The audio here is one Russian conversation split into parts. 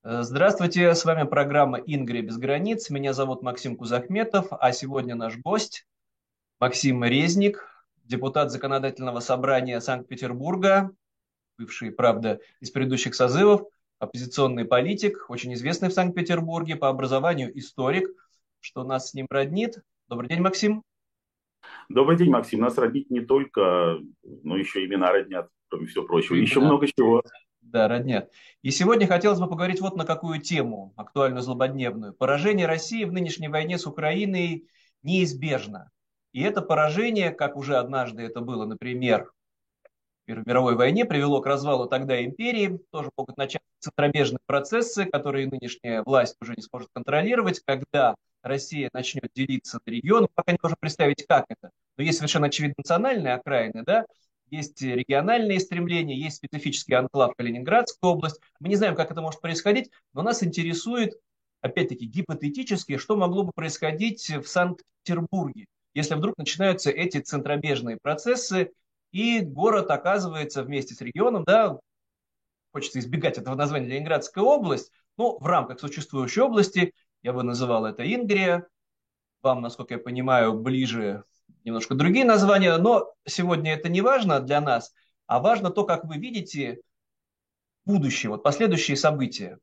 Здравствуйте, с вами программа «Ингрия без границ». Меня зовут Максим Кузахметов, а сегодня наш гость Максим Резник, депутат Законодательного собрания Санкт-Петербурга, бывший, правда, из предыдущих созывов, оппозиционный политик, очень известный в Санкт-Петербурге, по образованию историк, что нас с ним роднит. Добрый день, Максим. Добрый день, Максим. Нас роднит не только, но еще имена роднят, кроме всего прочего. Еще Еще имена, много чего. да, роднят. И сегодня хотелось бы поговорить вот на какую тему, актуальную, злободневную. Поражение России в нынешней войне с Украиной неизбежно. И это поражение, как уже однажды это было, например, в Первой мировой войне, привело к развалу тогда империи. Тоже могут начаться центробежные процессы, которые нынешняя власть уже не сможет контролировать, когда Россия начнет делиться на регионы. Пока не можем представить, как это. Но есть совершенно очевидно национальные окраины, да, есть региональные стремления, есть специфический анклав Калининградская область. Мы не знаем, как это может происходить, но нас интересует, опять-таки, гипотетически, что могло бы происходить в Санкт-Петербурге, если вдруг начинаются эти центробежные процессы, и город оказывается вместе с регионом, да, хочется избегать этого названия Ленинградская область, но в рамках существующей области, я бы называл это Ингрия, вам, насколько я понимаю, ближе немножко другие названия, но сегодня это не важно для нас, а важно то, как вы видите будущее, вот последующие события.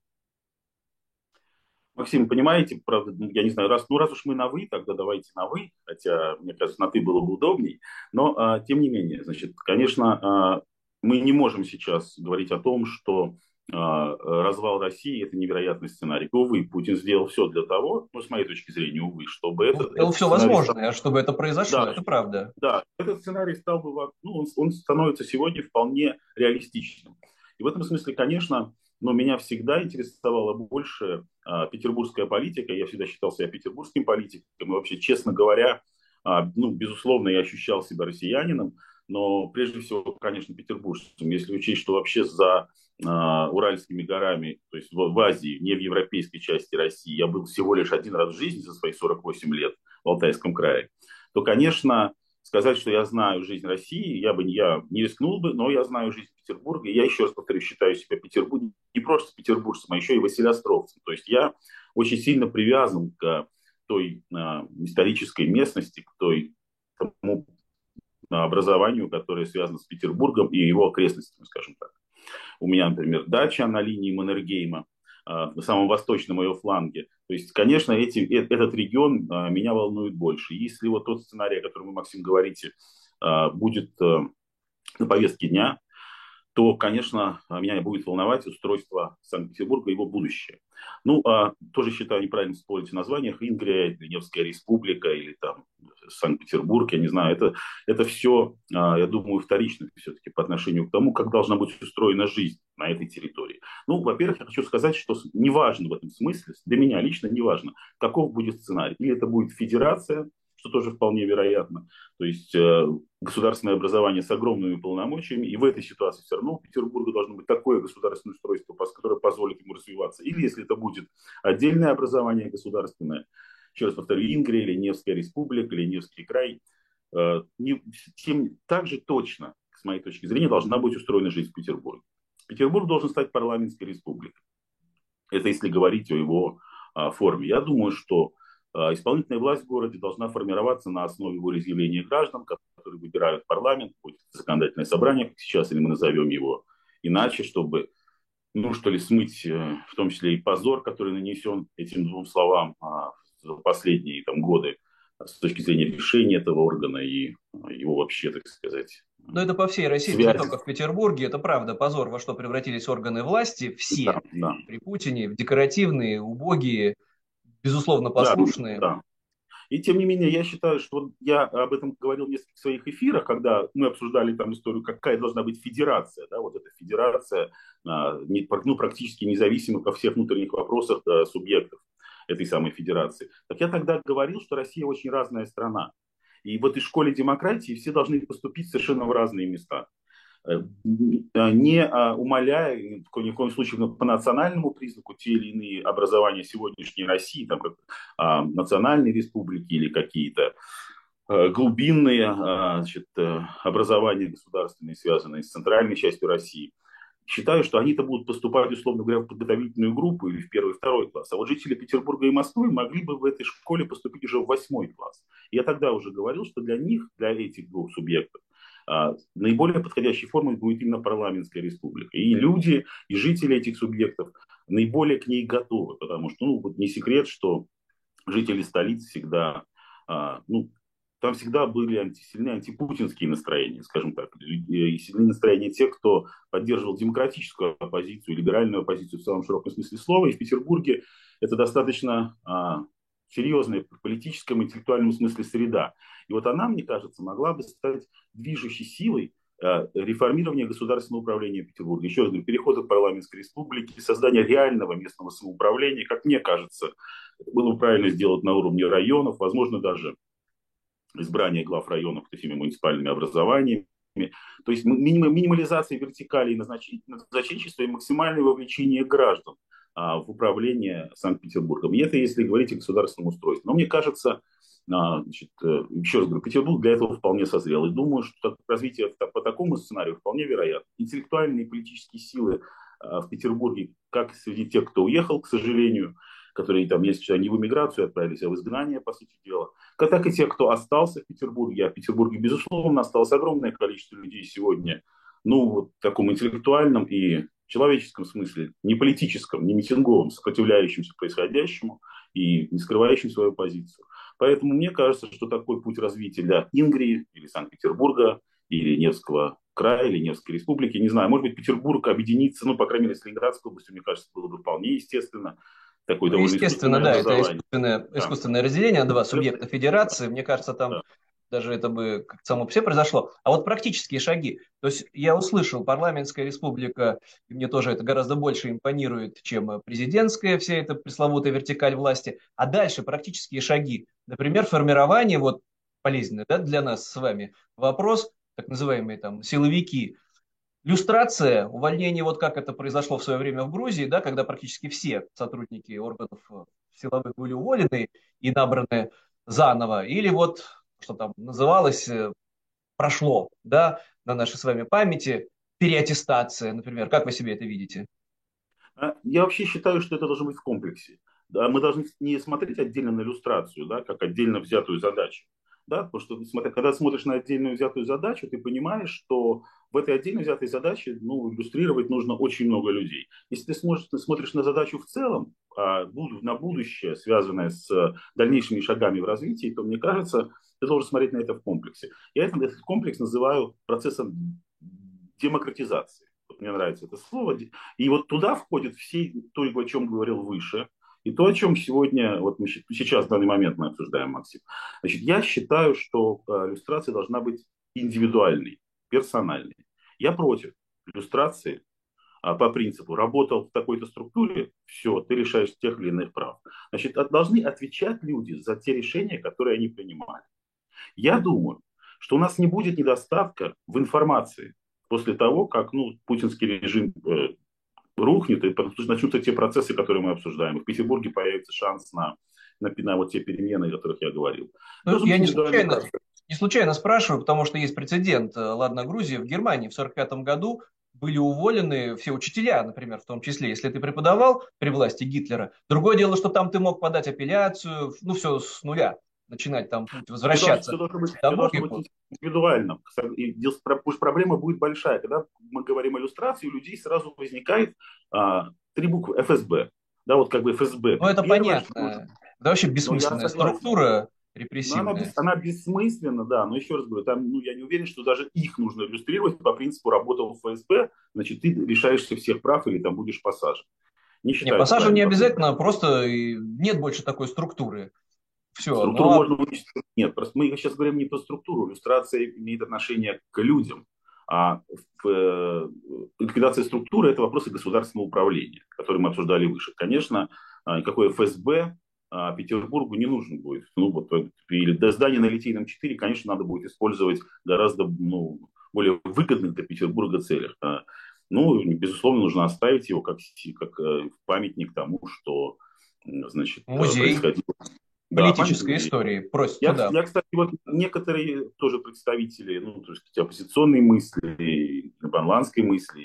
Максим, понимаете, правда, я не знаю, раз уж мы на «вы», тогда давайте на «вы», хотя, мне кажется, на «ты» было бы удобней. Но, тем не менее, значит, конечно, мы не можем сейчас говорить о том, что развал России – это невероятный сценарий. Увы, Путин сделал все для того, ну, с моей точки зрения, увы, чтобы Ну, сделал этот все сценарий стал. возможное, чтобы это произошло, Да, это правда. да, этот сценарий стал бы, ну, он становится сегодня вполне реалистичным. И в этом смысле, конечно, но меня всегда интересовала больше петербургская политика. Я всегда считал себя петербургским политиком. И вообще, честно говоря, ну, безусловно, я ощущал себя россиянином, но прежде всего, конечно, петербуржцем. Если учесть, что вообще за Уральскими горами, то есть в Азии, не в европейской части России, я был всего лишь один раз в жизни за свои 48 лет в Алтайском крае, то, конечно, сказать, что я знаю жизнь России, я не рискнул бы, но я знаю жизнь Петербурга. И я еще раз повторю, считаю себя не просто петербуржцем, а еще и василиостровцем. То есть я очень сильно привязан к той исторической местности, к тому образованию, которое связано с Петербургом и его окрестностями, скажем так. У меня, например, дача на линии Маннергейма, на самом восточном ее фланге. То есть, конечно, этот регион меня волнует больше. Если вот тот сценарий, о котором вы, Максим, говорите, будет на повестке дня, то, конечно, меня будет волновать устройство Санкт-Петербурга и его будущее. Ну, тоже считаю неправильно спорить о названиях: Ингрия, или Невская республика, или там Санкт-Петербург, я не знаю. Это все, я думаю, вторично все-таки по отношению к тому, как должна быть устроена жизнь на этой территории. Ну, во-первых, я хочу сказать, что неважно в этом смысле, для меня лично неважно, каков будет сценарий. Или это будет федерация, что тоже вполне вероятно, то есть государственное образование с огромными полномочиями, и в этой ситуации все равно у Петербурга должно быть такое государственное устройство, которое позволит ему развиваться. Или если это будет отдельное образование государственное, еще раз повторю, Ингрия или Невская республика, или Невский край, тем также точно, с моей точки зрения, должна быть устроена жизнь в Петербурге. Петербург должен стать парламентской республикой. Это если говорить о его форме. Я думаю, что исполнительная власть в городе должна формироваться на основе волеизъявления граждан, которые выбирают парламент, будет законодательное собрание, как сейчас, или мы назовем его иначе, чтобы, ну, что ли, смыть в том числе и позор, который нанесен этим двум словам за последние там годы с точки зрения решения этого органа и его вообще, так сказать, Но это по всей России, это не связи. только в Петербурге, это правда, позор, во что превратились органы власти, Да, все да, при Путине, в декоративные, убогие, безусловно да, послушные. да. И тем не менее, я считаю, что вот я об этом говорил в нескольких своих эфирах, когда мы обсуждали там историю, какая должна быть федерация, да, вот эта федерация, ну, практически независимых во всех внутренних вопросах субъектов этой самой федерации. Так я тогда говорил, что Россия очень разная страна. И в этой школе демократии все должны поступить совершенно в разные места, не умаляя ни в коем случае по национальному признаку те или иные образования сегодняшней России, там, как национальные республики или какие-то глубинные, значит, образования государственные, связанные с центральной частью России. считаю, что они-то будут поступать, условно говоря, в подготовительную группу или в первый, второй класс. А вот жители Петербурга и Москвы могли бы в этой школе поступить уже в восьмой класс. Я тогда уже говорил, что для них, для этих двух субъектов, наиболее подходящей формой будет именно парламентская республика. И люди, и жители этих субъектов наиболее к ней готовы, потому что, ну, вот не секрет, что жители столицы всегда, ну, там всегда были сильные антипутинские настроения, скажем так, и сильные настроения тех, кто поддерживал демократическую оппозицию, либеральную оппозицию в самом широком смысле слова. И в Петербурге это достаточно серьезная в политическом и интеллектуальном смысле среда. И вот она, мне кажется, могла бы стать движущей силой реформирования государственного управления Петербурга. Еще раз говорю, перехода к парламентской республике, создания реального местного самоуправления, как мне кажется, было бы правильно сделать на уровне районов, возможно, даже избрание глав районов этими муниципальными образованиями. То есть минимализация вертикали и назначенчества и максимальное вовлечение граждан в управление Санкт-Петербургом. И это если говорить о государственном устройстве. Но мне кажется, значит, еще раз говорю, Петербург для этого вполне созрел. И думаю, что развитие по такому сценарию вполне вероятно. Интеллектуальные и политические силы в Петербурге, как среди тех, кто уехал, к сожалению, которые там, если они в эмиграцию отправились, а в изгнание, по сути дела, так и те, кто остался в Петербурге. А в Петербурге, безусловно, осталось огромное количество людей сегодня, ну, вот в таком интеллектуальном и человеческом смысле, не политическом, не митинговом, сопротивляющемся происходящему и не скрывающим свою позицию. Поэтому мне кажется, что такой путь развития для Ингрии или Санкт-Петербурга, или Невского края, или Невской республики, не знаю, может быть, Петербург объединится, ну, по крайней мере, с Ленинградской областью, мне кажется, было бы вполне естественно. Такое Ну, довольно естественно, искусственное да, это образование. искусственное разделение на два субъекта федерации. Мне кажется, там даже это бы как само по себе произошло. А вот практические шаги. То есть я услышал, парламентская республика, и мне тоже это гораздо больше импонирует, чем президентская, вся эта пресловутая вертикаль власти. А дальше практические шаги. Например, формирование, вот полезный, да, для нас с вами вопрос, так называемые там силовики. Люстрация, увольнение, вот как это произошло в свое время в Грузии, да, когда практически все сотрудники органов силовых были уволены и набраны заново, или вот, что там называлось, прошло, да, на нашей с вами памяти, переаттестация, например. Как вы себе это видите? Я вообще считаю, что это должно быть в комплексе. Да, мы должны не смотреть отдельно на иллюстрацию, да, как отдельно взятую задачу. Да, потому что когда смотришь на отдельную взятую задачу, ты понимаешь, что в этой отдельно взятой задаче, ну, иллюстрировать нужно очень много людей. Если ты смотришь на задачу в целом, на будущее, связанное с дальнейшими шагами в развитии, то, мне кажется, ты должен смотреть на это в комплексе. Я этот комплекс называю процессом демократизации. Вот мне нравится это слово. И вот туда входит все то, о чем говорил выше, и то, о чем сегодня, вот мы сейчас, в данный момент мы обсуждаем, Максим. Значит, я считаю, что иллюстрация должна быть индивидуальной, персональной. Я против иллюстрации по принципу работал в такой-то структуре, все, ты решаешь тех или иных прав. Значит, должны отвечать люди за те решения, которые они принимали. Я думаю, что у нас не будет недостатка в информации после того, как, ну, путинский режим рухнет, и начнутся те процессы, которые мы обсуждаем. И в Петербурге появится шанс на вот те перемены, о которых я говорил. Ну, я не случайно спрашиваю, потому что есть прецедент. Ладно, Грузия, в Германии в 1945 году были уволены все учителя, например, в том числе, если ты преподавал при власти Гитлера. Другое дело, что там ты мог подать апелляцию, ну, все с нуля, начинать там путь, возвращаться все должно быть индивидуально. Пусть проблема будет большая. Когда мы говорим о иллюстрации, у людей сразу возникает 3 буквы ФСБ. Да, вот как бы ФСБ. Ну, это первое, понятно. Это вообще бессмысленная структура репрессивная. Она бессмысленна, да, но еще раз говорю, там, ну, я не уверен, что даже их нужно иллюстрировать по принципу работал в ФСБ, значит, ты лишаешься всех прав или там будешь посажен. Не посажен не обязательно, просто нет больше такой структуры. Все, структуру можно уничтожить. Нет, просто мы сейчас говорим не про структуру. Иллюстрация имеет отношение к людям. А ликвидация структуры – это вопросы государственного управления, которые мы обсуждали выше. Конечно, никакой ФСБ Петербургу не нужен будет. Ну, вот, или до здания на Литейном 4, конечно, надо будет использовать гораздо, ну, более выгодных для Петербурга целях. Ну, безусловно, нужно оставить его как памятник тому, что, значит, происходило. Политической истории. Просят я, кстати, вот некоторые тоже представители, ну, то есть оппозиционной мысли, банландской мысли,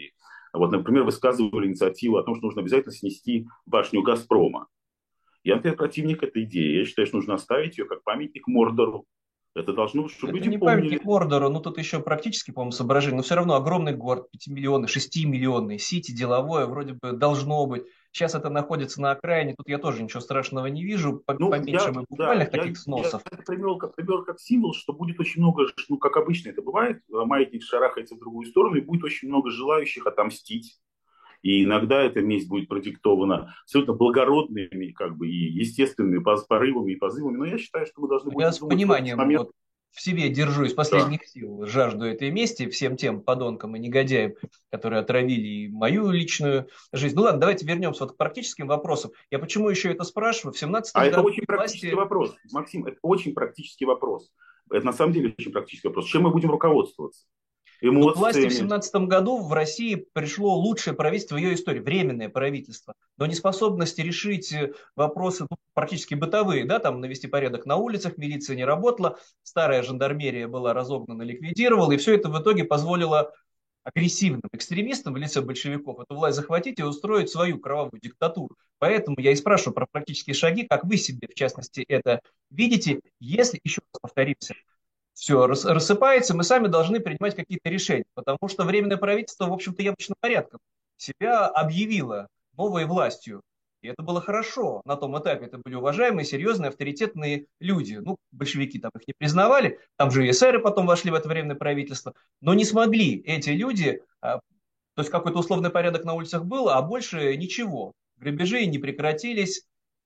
Вот, например, высказывали инициативу о том, что нужно обязательно снести башню «Газпрома». Я, например, противник этой идеи. Я считаю, что нужно оставить ее как памятник Мордору. Это должно, чтобы Это люди не помнили. памятник Мордору, но тут еще практически, по-моему, соображение. Но все равно огромный город, 5-миллионный, 6-миллионный, сити деловое вроде бы должно быть. Сейчас это находится на окраине, тут я тоже ничего страшного не вижу, Ну, поменьше бы буквальных я таких сносов. это привел как символ, что будет очень много, ну, как обычно это бывает, маятник шарахается в другую сторону, и будет очень много желающих отомстить. И иногда эта месть будет продиктована абсолютно благородными, как бы, и естественными порывами и позывами. Но я считаю, что мы должны Я будем с думать в этот пониманием момент. вот в себе держу из Да. последних сил жажду этой мести всем тем подонкам и негодяям, которые отравили и мою личную жизнь. Ну ладно, давайте вернемся вот к практическим вопросам. Я почему еще это спрашиваю? В А 17-м это году очень практический власти. вопрос. Максим, это очень практический вопрос. Это на самом деле очень практический вопрос. Чем мы будем руководствоваться? Но к власти в Эмоциями. 17 году в России пришло лучшее правительство в ее истории, временное правительство, но неспособность решить вопросы ну, практически бытовые, да, там навести порядок на улицах, милиция не работала, старая жандармерия была разогнана, ликвидировала, и все это в итоге позволило агрессивным экстремистам в лице большевиков эту власть захватить и устроить свою кровавую диктатуру. Поэтому я и спрашиваю про практические шаги, как вы себе, в частности, это видите, если, еще раз повторимся, все рассыпается, мы сами должны принимать какие-то решения, потому что Временное правительство, в общем-то, явочным порядком себя объявило новой властью. И это было хорошо. На том этапе это были уважаемые, серьезные, авторитетные люди. Ну, большевики там их не признавали, там же и эсеры потом вошли в это Временное правительство, но не смогли эти люди, то есть какой-то условный порядок на улицах был, а больше ничего. Грабежи не прекратились,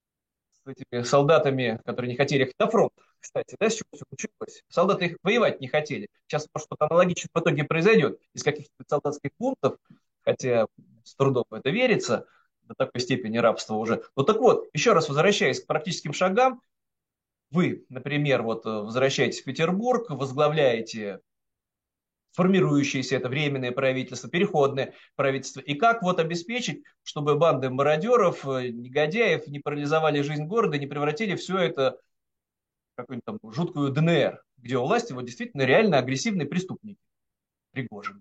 с этими солдатами, которые не хотели ехать на фронт, кстати, да, с чего все началось. Солдаты их воевать не хотели. Сейчас что-то аналогичное в итоге произойдет из каких-то солдатских бунтов, хотя с трудом в это верится, до такой степени рабства уже. Ну так вот, еще раз возвращаясь к практическим шагам, вы, например, вот возвращаетесь в Петербург, возглавляете формирующееся это временное правительство, переходное правительство, и как вот обеспечить, чтобы банды мародеров, негодяев не парализовали жизнь города, не превратили все это в какую-нибудь там жуткую ДНР, где у власти вот действительно реально агрессивные преступники, Пригожин.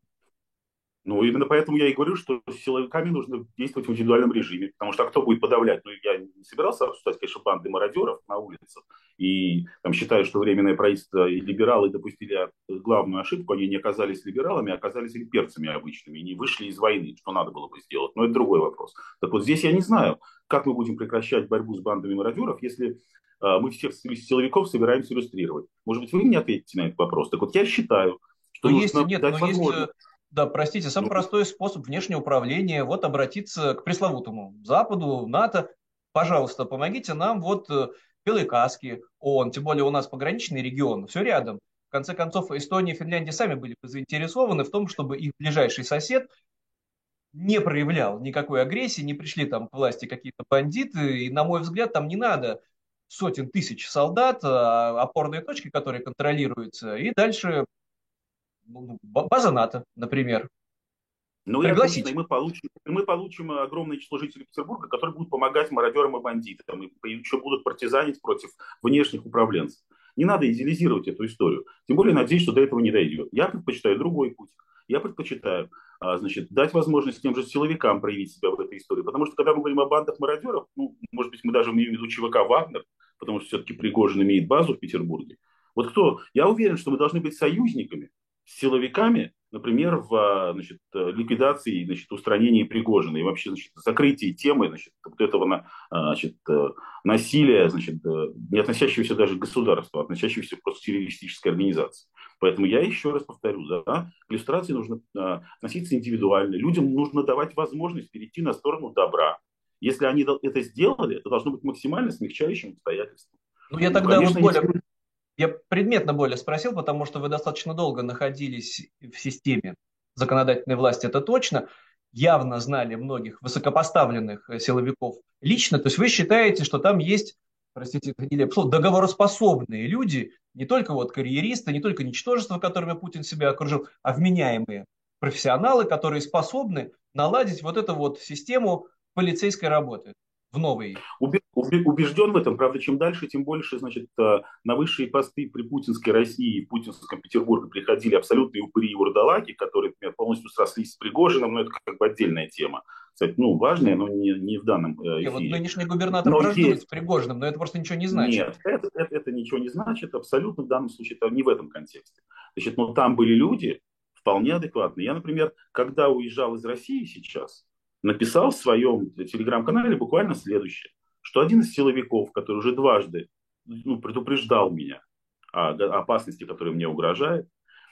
Ну, именно поэтому я и говорю, что с силовиками нужно действовать в индивидуальном режиме, потому что кто будет подавлять? Ну, я не собирался обсуждать, конечно, банды мародеров на улицах, и там считаю, что Временное правительство и либералы допустили главную ошибку, они не оказались либералами, а оказались имперцами обычными, и не вышли из войны, что надо было бы сделать, но это другой вопрос. Так вот, здесь я не знаю, как мы будем прекращать борьбу с бандами мародеров, если мы всех силовиков собираемся иллюстрировать. Может быть, вы мне ответите на этот вопрос? Так вот, я считаю, что Но есть, нужно нет, но дать есть, возможность. да, простите, самый Ну, простой способ внешнего управления, вот обратиться к пресловутому Западу, НАТО, пожалуйста, помогите нам, вот Белой Каске, ООН, тем более у нас пограничный регион, все рядом. В конце концов, Эстония и Финляндия сами были заинтересованы в том, чтобы их ближайший сосед не проявлял никакой агрессии, не пришли там к власти какие-то бандиты, и, на мой взгляд, там не надо сотен тысяч солдат, опорные точки, которые контролируются, и дальше ну, база НАТО, например, ну и отлично, пригласить. и мы получим огромное число жителей Петербурга, которые будут помогать мародерам и бандитам, и еще будут партизанить против внешних управленцев. Не надо идеализировать эту историю. Тем более, надеюсь, что до этого не дойдет. Я предпочитаю другой путь. Я предпочитаю значит, дать возможность тем же силовикам проявить себя в этой истории. Потому что, когда мы говорим о бандах мародеров, ну, может быть, мы даже имеем в виду ЧВК «Вагнер», потому что все-таки Пригожин имеет базу в Петербурге. Вот кто? Я уверен, что мы должны быть союзниками с силовиками, например, в значит, ликвидации, значит, устранении Пригожина и вообще значит, закрытии темы значит, вот этого значит, насилия, значит, не относящегося даже к государству, а относящегося просто к террористической организации. Поэтому я еще раз повторю, да, к иллюстрации нужно относиться индивидуально. Людям нужно давать возможность перейти на сторону добра. Если они это сделали, это должно быть максимально смягчающим обстоятельством. Ну, я Ну, тогда вот конечно, более, если... я предметно более спросил, потому что вы достаточно долго находились в системе законодательной власти, это точно, явно знали многих высокопоставленных силовиков лично, то есть вы считаете, что там есть, простите, это нелепое слово, договороспособные люди, не только вот карьеристы, не только ничтожества, которыми Путин себя окружил, а вменяемые профессионалы, которые способны наладить вот эту вот систему полицейской работы. в новый? Убежден в этом. Правда, чем дальше, тем больше, значит, на высшие посты при путинской России и путинском Петербурге приходили абсолютные упыри и вурдалаки, которые, например, полностью срослись с Пригожиным, но это как бы отдельная тема. Кстати, ну, важная, но не в данном Не, вот эфире. нынешний губернатор Но враждует с есть. Пригожиным, но это просто ничего не значит. Нет, это ничего не значит. Абсолютно в данном случае это не в этом контексте. Значит, но там были люди вполне адекватные. Я, например, когда уезжал из России сейчас, написал в своем телеграм-канале буквально следующее, что один из силовиков, который уже дважды предупреждал меня о опасности, которая мне угрожает,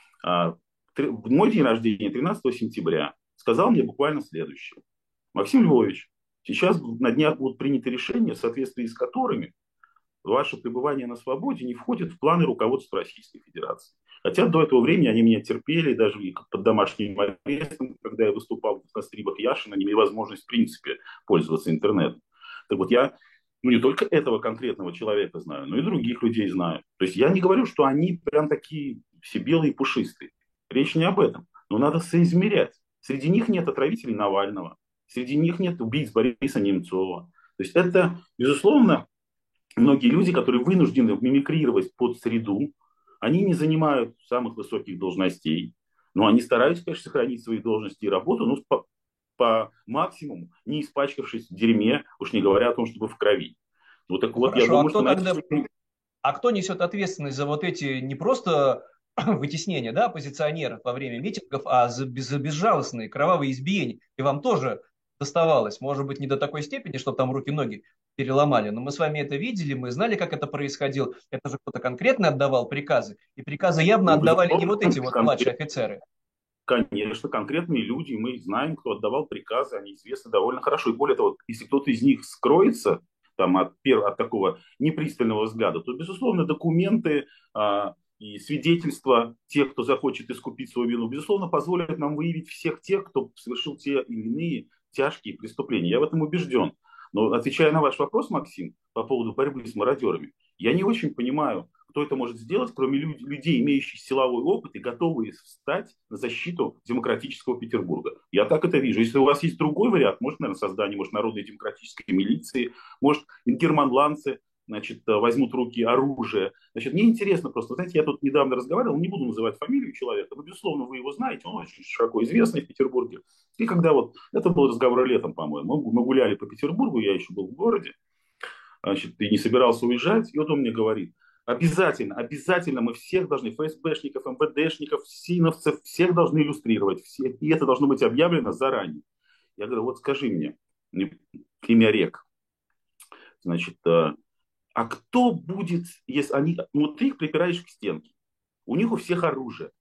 в мой день рождения, 13 сентября, сказал мне буквально следующее. Максим Львович, сейчас на днях будут приняты решения, в соответствии с которыми ваше пребывание на свободе не входит в планы руководства Российской Федерации. Хотя до этого времени они меня терпели, даже под домашним арестом, когда я выступал на стримах Яшина, не имели возможность в принципе пользоваться интернетом. Так вот, я не только этого конкретного человека знаю, но и других людей знаю. То есть я не говорю, что они прям такие все белые и пушистые. Речь не об этом. Но надо соизмерять. Среди них нет отравителей Навального, среди них нет убийц Бориса Немцова. То есть это, безусловно, многие люди, которые вынуждены мимикрировать под среду, они не занимают самых высоких должностей, но они стараются, конечно, сохранить свои должности и работу, но по максимуму, не испачкавшись в дерьме, уж не говоря о том, чтобы в крови. Вот так Ну вот, я хорошо, думаю, что на это... а кто несет ответственность за вот эти не просто вытеснения, да, оппозиционеров во время митингов, а за безжалостные кровавые избиения? И вам тоже доставалось, может быть, не до такой степени, чтобы там руки-ноги переломали, но мы с вами это видели, мы знали, как это происходило. Это же кто-то конкретно отдавал приказы, и приказы явно Ну, отдавали не безусловно, вот эти вот младшие офицеры. конечно, конкретные люди, мы знаем, кто отдавал приказы, они известны довольно хорошо. И более того, если кто-то из них скроется там, от такого непристального взгляда, то, безусловно, документы и свидетельства тех, кто захочет искупить свою вину, безусловно, позволят нам выявить всех тех, кто совершил те или иные тяжкие преступления. Я в этом убежден. Но отвечая на ваш вопрос, Максим, по поводу борьбы с мародерами, я не очень понимаю, кто это может сделать, кроме людей, имеющих силовой опыт и готовые встать на защиту демократического Петербурга. Я так это вижу. Если у вас есть другой вариант, может, наверное, создание, может, народной демократической милиции, может, ингерманландцы, значит, возьмут в руки оружие. Значит, мне интересно просто, знаете, я тут недавно разговаривал, не буду называть фамилию человека, но, безусловно, вы его знаете, он очень широко известный в Петербурге. И когда вот, это был разговор летом, по-моему, мы гуляли по Петербургу, я еще был в городе, значит, и не собирался уезжать, и вот он мне говорит, обязательно, обязательно мы всех должны, ФСБшников, МВДшников, СИНовцев, всех должны иллюстрировать, и это должно быть объявлено заранее. Я говорю, вот скажи мне, имя рек, значит, а кто будет, если они, ну вот ты их припираешь к стенке, у них у всех оружие,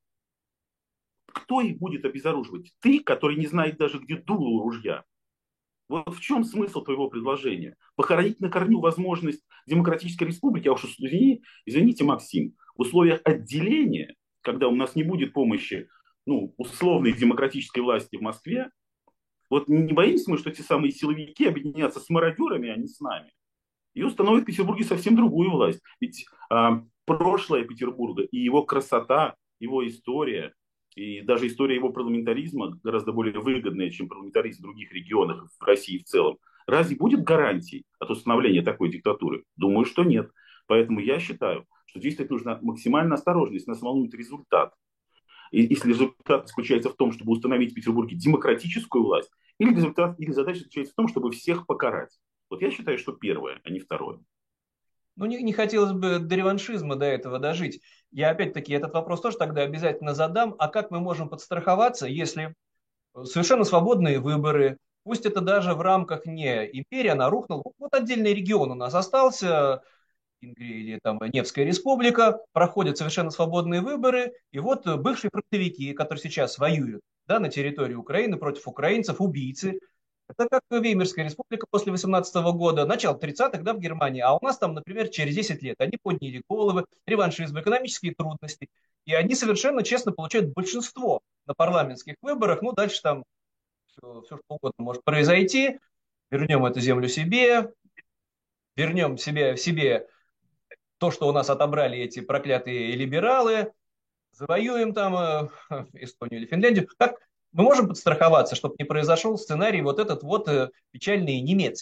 кто их будет обезоруживать? Ты, который не знает даже, где дуло ружья. Вот в чем смысл твоего предложения? Похоронить на корню возможность демократической республики, а уж извините, Максим, в условиях отделения, когда у нас не будет помощи условной демократической власти в Москве, вот не боимся мы, что эти самые силовики объединятся с мародерами, а не с нами, и установят в Петербурге совсем другую власть. Ведь прошлое Петербурга и его красота, его история, и даже история его парламентаризма гораздо более выгодная, чем парламентаризм в других регионах, в России в целом. Разве будет гарантией от установления такой диктатуры? Думаю, что нет. Поэтому я считаю, что действовать нужно максимально осторожно, если нас волнует результат. И если результат заключается в том, чтобы установить в Петербурге демократическую власть, или задача заключается в том, чтобы всех покарать. Вот я считаю, что первое, а не второе. Ну, не хотелось бы до реваншизма до этого дожить. Я опять-таки этот вопрос тоже тогда обязательно задам. А как мы можем подстраховаться, если совершенно свободные выборы, пусть это даже в рамках не империи, она рухнула. Вот отдельный регион у нас остался, или там Невская республика, проходят совершенно свободные выборы, и вот бывшие фронтовики, которые сейчас воюют, да, на территории Украины против украинцев, убийцы. Это как Веймарская республика после 18 года, начало 30-х, да, в Германии, а у нас там, например, через 10 лет они подняли головы, реваншизм, экономические трудности, и они совершенно честно получают большинство на парламентских выборах, ну, дальше там все что угодно может произойти, вернем эту землю себе, вернем себе то, что у нас отобрали эти проклятые либералы, завоюем там Эстонию или Финляндию. Как мы можем подстраховаться, чтобы не произошел сценарий вот этот вот печальный немецкий,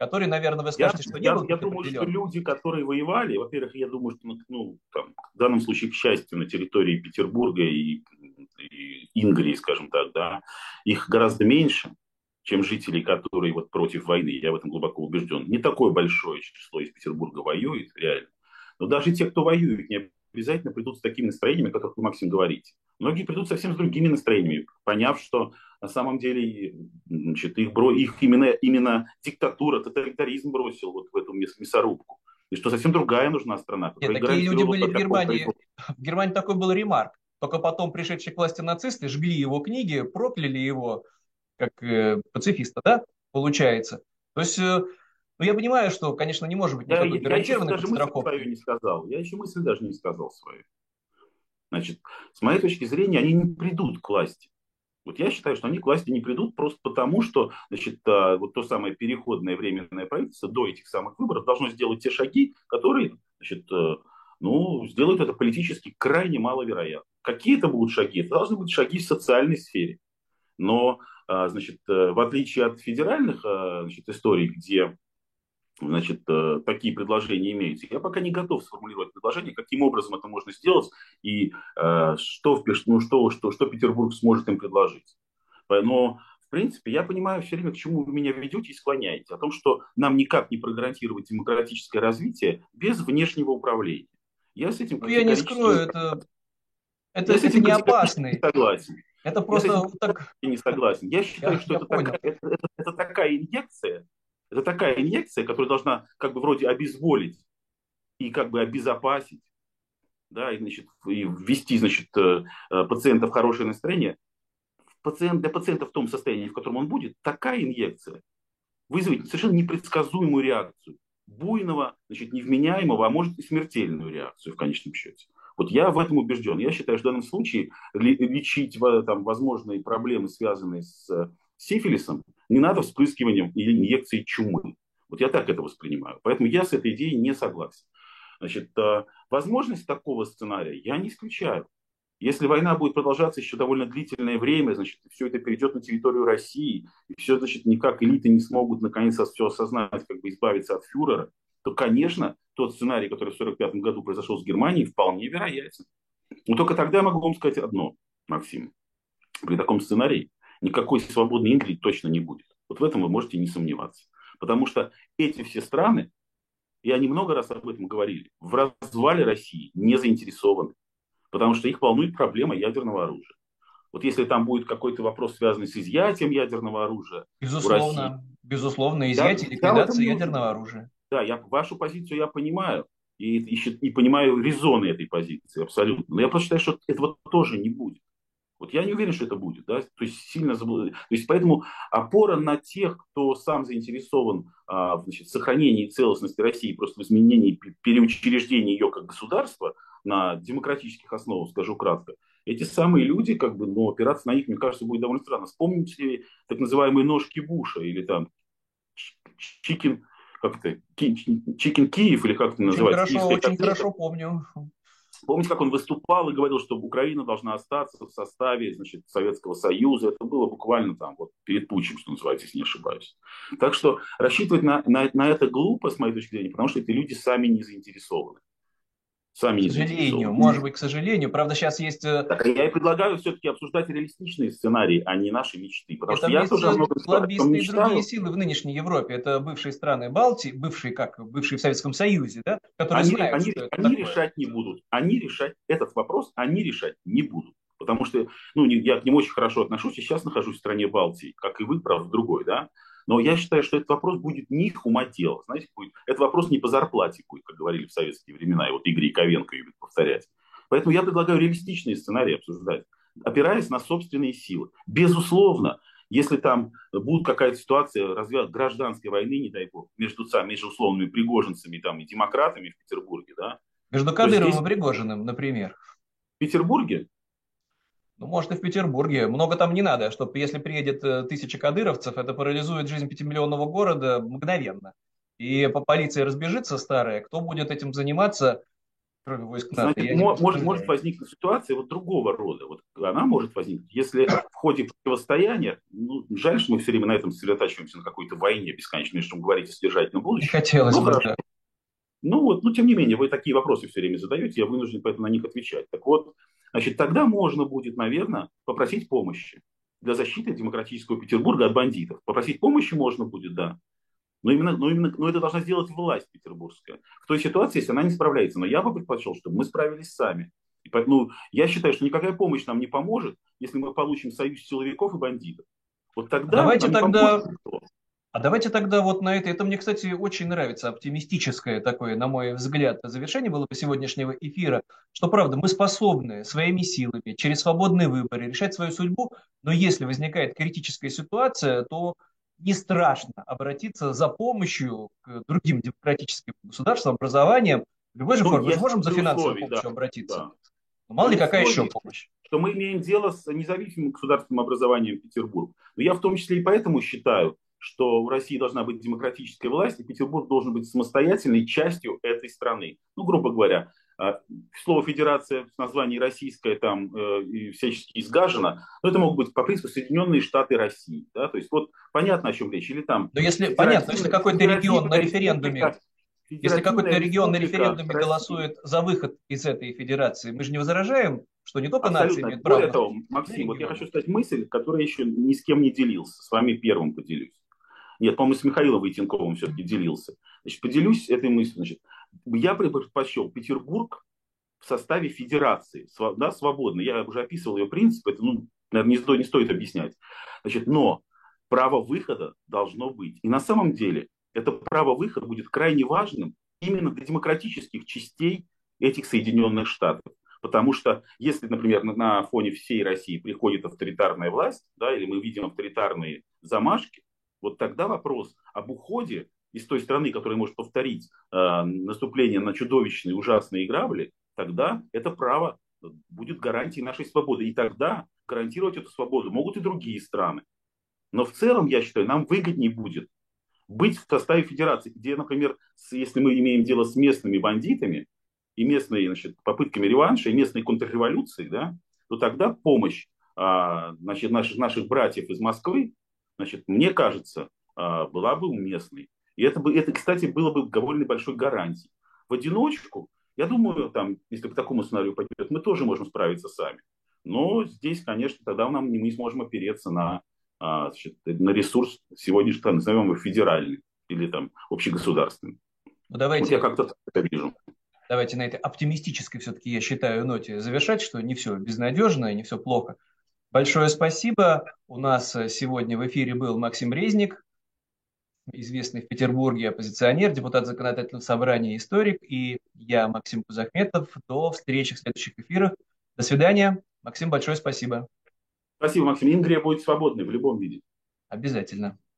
который, наверное, вы Я, скажете, что не я, был я думаю, что предопределен. люди, которые воевали, во-первых, я думаю, что ну, там, в данном случае, к счастью, на территории Петербурга и Ингрии, скажем так, да, их гораздо меньше, чем жителей, которые вот против войны. Я в этом глубоко убежден. Не такое большое число из Петербурга воюет, реально. Но даже те, кто воюет, не обязательно придут с такими настроениями, о которых вы, Максим, говорите. Многие придут совсем с другими настроениями, поняв, что на самом деле, значит, их именно диктатура, тоталитаризм бросил вот в эту мясорубку. И что совсем другая нужна страна, Нет, которая такие люди гарантировала были в такой Германии. производство. В Германии такой был ремарк. Только потом пришедшие к власти нацисты жгли его книги, прокляли его как пацифиста, да, получается. То есть, ну, я понимаю, что, конечно, не может быть никакой Я еще гарантированной даже мысль свою подстраховки. не сказал. Я еще мысль даже не сказал свою. Значит, с моей точки зрения, они не придут к власти. Вот я считаю, что они к власти не придут просто потому, что значит, вот то самое переходное временное правительство до этих самых выборов должно сделать те шаги, которые значит, ну, сделают это политически крайне маловероятно. Какие это будут шаги? Это должны быть шаги в социальной сфере. Но значит, в отличие от федеральных значит, историй, где значит, такие предложения имеются. Я пока не готов сформулировать предложение, каким образом это можно сделать и что Петербург сможет им предложить. Но, в принципе, я понимаю все время, к чему вы меня ведете и склоняете. О том, что нам никак не прогарантировать демократическое развитие без внешнего управления. Я с этим Ну, я не категорически скрою, не согласен. это, Я с это этим не категорически не опасный. согласен. Это Я с просто этим вот так, категорически не согласен. Я считаю, что я понял. это такая инъекция, которая должна как бы вроде обезволить и как бы обезопасить, да, и, значит, и ввести, значит, пациента в хорошее настроение. Для пациента в том состоянии, в котором он будет, такая инъекция вызовет совершенно непредсказуемую реакцию. Буйного, значит, невменяемого, а может и смертельную реакцию в конечном счете. Вот я в этом убежден. Я считаю, что в данном случае лечить там, возможные проблемы, связанные с сифилисом, не надо вспрыскиванием или инъекцией чумы. Вот я так это воспринимаю. Поэтому я с этой идеей не согласен. Значит, возможность такого сценария я не исключаю. Если война будет продолжаться еще довольно длительное время, значит, все это перейдет на территорию России, и все, значит, никак элиты не смогут наконец все осознать, как бы избавиться от фюрера, то, конечно, тот сценарий, который в 1945 году произошел с Германией, вполне вероятен. Но только тогда я могу вам сказать одно, Максим. При таком сценарии никакой свободной Индии точно не будет. Вот в этом вы можете не сомневаться. Потому что эти все страны, и они много раз об этом говорили, в развале России не заинтересованы. Потому что их волнует проблема ядерного оружия. Вот если там будет какой-то вопрос, связанный с изъятием ядерного оружия у России, Безусловно, безусловно, изъятие и я в этом ликвидация не ядерного уверен. оружия. Да, вашу позицию я понимаю. И понимаю резоны этой позиции абсолютно. Но я просто считаю, что этого тоже не будет. Вот я не уверен, что это будет. Да? То есть сильно То есть поэтому опора на тех, кто сам заинтересован значит, в сохранении целостности России, просто в изменении, переучреждении ее как государства на демократических основах, скажу кратко, эти самые люди, как бы, ну, опираться на них, мне кажется, будет довольно странно. Вспомните так называемые ножки Буша или там Чикен, как это, Чикен Киев, или как это называется, киевская Очень котлета. хорошо помню. Помните, как он выступал и говорил, что Украина должна остаться в составе, значит, Советского Союза. Это было буквально там вот перед путчем, что называется, если не ошибаюсь. Так что рассчитывать на это глупо, с моей точки зрения, потому что эти люди сами не заинтересованы. Сами К не сожалению, заинтересованы. может быть, к сожалению. Правда, сейчас есть... Так я и предлагаю все-таки обсуждать реалистичные сценарии, а не наши мечты. Потому Нет, что там я есть тоже о многом о чем лоббисты и другие мечтаю. силы в нынешней Европе. Это бывшие страны Балтии, бывшие в Советском Союзе, да, которые Они, знают, они, что это они такое. решать не будут. Они решать этот вопрос, они решать не будут. Потому что ну, я к ним очень хорошо отношусь, и сейчас нахожусь в стране Балтии, как и вы, правда, в другой, да. Но я считаю, что этот вопрос будет не их умодел. Знаете, будет, это вопрос не по зарплате будет, как говорили в советские времена, и вот Игорь Яковенко любит повторять. Поэтому я предлагаю реалистичные сценарии обсуждать, опираясь на собственные силы. Безусловно, если там будет какая-то ситуация гражданской войны, не дай бог, между условными пригожинцами там, и демократами в Петербурге, да, Между то Кадыровым здесь и Пригожиным, например. в Петербурге, Ну, может, и в Петербурге. Много там не надо, чтобы если приедет 1000 кадыровцев, это парализует жизнь пятимиллионного города мгновенно. И по полиции разбежится старая, кто будет этим заниматься? кроме войск НАТО, Значит, я не может представляю. возникнуть ситуация вот другого рода. Вот она может возникнуть, если в ходе противостояния, ну, жаль, что мы все время на этом сосредотачиваемся, на какой-то войне бесконечной, что говорить о содержательном Не будущем. хотелось Ну, бы, хорошо. да. Ну вот, но тем не менее, вы такие вопросы все время задаете, я вынужден поэтому на них отвечать. Так вот, значит, тогда можно будет, наверное, попросить помощи для защиты демократического Петербурга от бандитов. Попросить помощи можно будет, да. Но это должна сделать власть петербургская. В той ситуации, если она не справляется. Но я бы предпочел, чтобы мы справились сами. И поэтому я считаю, что никакая помощь нам не поможет, если мы получим союз силовиков и бандитов. Вот А тогда давайте нам не поможет тогда никто. А давайте тогда вот на это мне, кстати, очень нравится, оптимистическое такое, на мой взгляд, завершение было бы сегодняшнего эфира, что правда, мы способны своими силами, через свободные выборы решать свою судьбу, но если возникает критическая ситуация, то не страшно обратиться за помощью к другим демократическим государствам, образованиям, в любой же Ну, форме. Мы же если можем за при финансовой условии, да, помощью обратиться. да. Но мало ли При какая еще условии, помощь. что мы имеем дело с независимым государственным образованием Петербург. Но я в том числе и поэтому считаю, что в России должна быть демократическая власть, и Петербург должен быть самостоятельной частью этой страны. Ну, грубо говоря, слово «федерация» в названии «российское» там и всячески изгажено, но это могут быть по принципу Соединенные Штаты России. Да? То есть вот понятно, о чем речь. Или там Но если, понятно, если федеративная, какой-то регион на федеративная референдуме республика, Если федеративная какой-то регион на республика референдуме России. голосует за выход из этой федерации, мы же не возражаем, что не только нации Абсолютно. имеют право Более на того, суверенитет, но и Максим, вот я регионы. хочу сказать мысль, которую я еще ни с кем не делился. С вами первым поделюсь. Нет, по-моему, с Михаилом Войтенковым все-таки делился. Значит, поделюсь этой мыслью. Значит, я предпочел Петербург в составе федерации, да, свободно. Я уже описывал ее принцип, это, ну, наверное, не стоит объяснять. Значит, но право выхода должно быть. И на самом деле это право выхода будет крайне важным именно для демократических частей этих Соединенных Штатов. Потому что если, например, на фоне всей России приходит авторитарная власть, да, или мы видим авторитарные замашки, вот тогда вопрос об уходе из той страны, которая может повторить наступление на чудовищные, ужасные грабли, тогда это право будет гарантией нашей свободы. И тогда гарантировать эту свободу могут и другие страны. Но в целом, я считаю, нам выгоднее будет быть в составе федерации, где, например, если мы имеем дело с местными бандитами и местными, значит, попытками реванша и местной контрреволюции, да, то тогда помощь значит, наших братьев из Москвы, значит, мне кажется, была бы уместной. И это, кстати, было бы довольно большой гарантией. В одиночку, я думаю, там, если по такому сценарию пойдет, мы тоже можем справиться сами. Но здесь, конечно, тогда мы не сможем опереться значит, на ресурс сегодняшний, назовем его федеральный или там общегосударственный. Но Вот я давайте, как-то так это вижу. давайте на этой оптимистической все-таки, я считаю, ноте завершать, что не все безнадежно и не все плохо. Большое спасибо. У нас сегодня в эфире был Максим Резник, известный в Петербурге оппозиционер, депутат законодательного собрания, историк, и я, Максим Кузахметов. До встречи в следующих эфирах. До свидания. Максим, большое спасибо. Спасибо, Максим. Ингрия будет свободной в любом виде. Обязательно.